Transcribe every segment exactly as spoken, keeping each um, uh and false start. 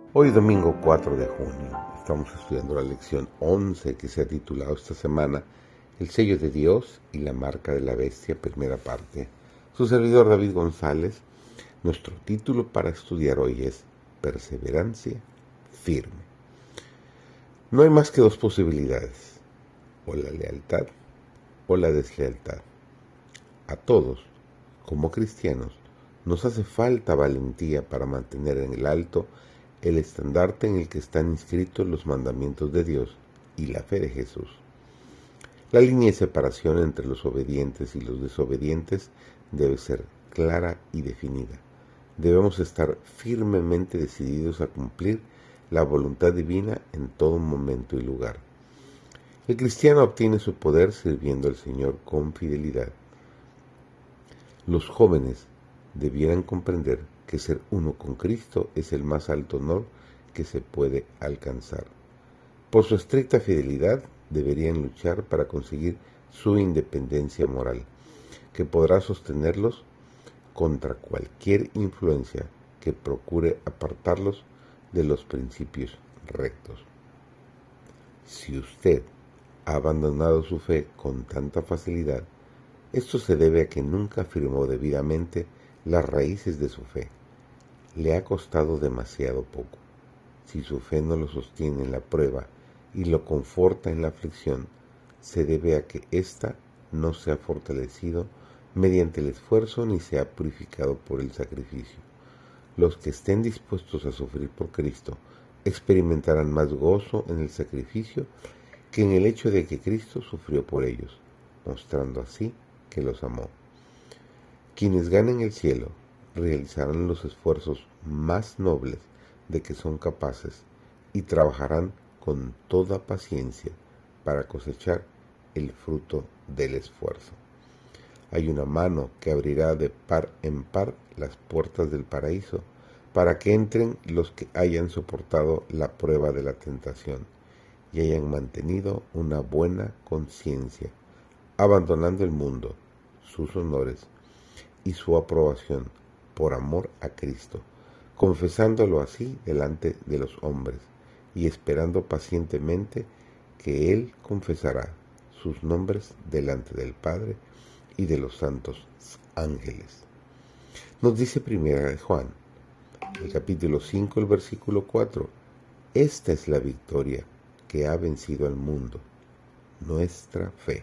Hoy domingo cuatro de junio estamos estudiando la lección once que se ha titulado esta semana El sello de Dios y la marca de la bestia, primera parte. Su servidor David González. Nuestro título para estudiar hoy es Perseverancia firme. No hay más que dos posibilidades, o la lealtad o la deslealtad. A todos, como cristianos, nos hace falta valentía para mantener en el alto el estandarte en el que están inscritos los mandamientos de Dios y la fe de Jesús. La línea de separación entre los obedientes y los desobedientes debe ser clara y definida. Debemos estar firmemente decididos a cumplir la voluntad divina en todo momento y lugar. El cristiano obtiene su poder sirviendo al Señor con fidelidad. Los jóvenes debieran comprender que ser uno con Cristo es el más alto honor que se puede alcanzar. Por su estricta fidelidad deberían luchar para conseguir su independencia moral, que podrá sostenerlos contra cualquier influencia que procure apartarlos de los principios rectos. Si usted ha abandonado su fe con tanta facilidad, esto se debe a que nunca afirmó debidamente las raíces de su fe. Le ha costado demasiado poco. Si su fe no lo sostiene en la prueba y lo conforta en la aflicción, se debe a que ésta no se ha fortalecido mediante el esfuerzo ni se ha purificado por el sacrificio. Los que estén dispuestos a sufrir por Cristo experimentarán más gozo en el sacrificio que en el hecho de que Cristo sufrió por ellos, mostrando así que los amó. Quienes ganen el cielo realizarán los esfuerzos más nobles de que son capaces y trabajarán con toda paciencia para cosechar el fruto del esfuerzo. Hay una mano que abrirá de par en par las puertas del paraíso para que entren los que hayan soportado la prueba de la tentación y hayan mantenido una buena conciencia, abandonando el mundo, sus honores y su aprobación por amor a Cristo, confesándolo así delante de los hombres y esperando pacientemente que Él confesará sus nombres delante del Padre y de los santos ángeles. Nos dice Primera de Juan, el capítulo cinco, el versículo cuatro, esta es la victoria que ha vencido al mundo, nuestra fe.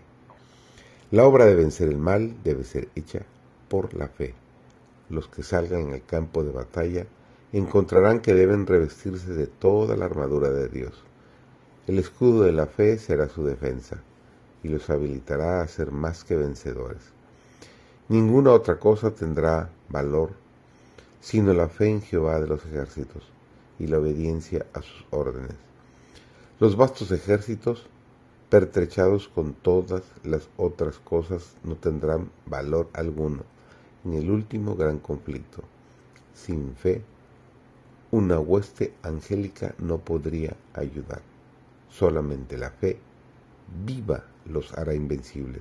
La obra de vencer el mal debe ser hecha por la fe. Los que salgan al campo de batalla encontrarán que deben revestirse de toda la armadura de Dios. El escudo de la fe será su defensa y los habilitará a ser más que vencedores. Ninguna otra cosa tendrá valor sino la fe en Jehová de los ejércitos y la obediencia a sus órdenes. Los vastos ejércitos, pertrechados con todas las otras cosas, no tendrán valor alguno en el último gran conflicto. Sin fe, una hueste angélica no podría ayudar. Solamente la fe viva los hará invencibles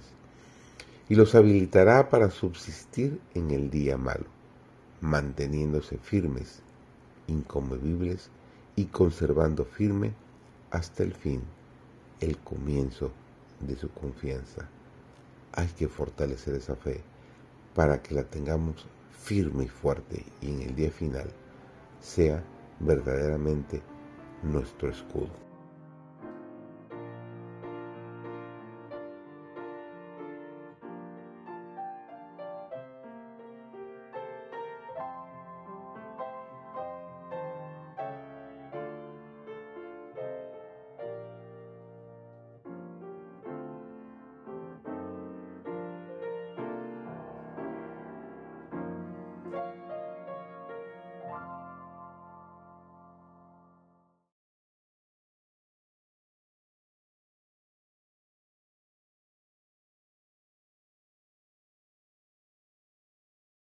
y los habilitará para subsistir en el día malo, manteniéndose firmes, inconmovibles y conservando firme hasta el fin el comienzo de su confianza. Hay que fortalecer esa fe para que la tengamos firme y fuerte y en el día final sea verdaderamente nuestro escudo.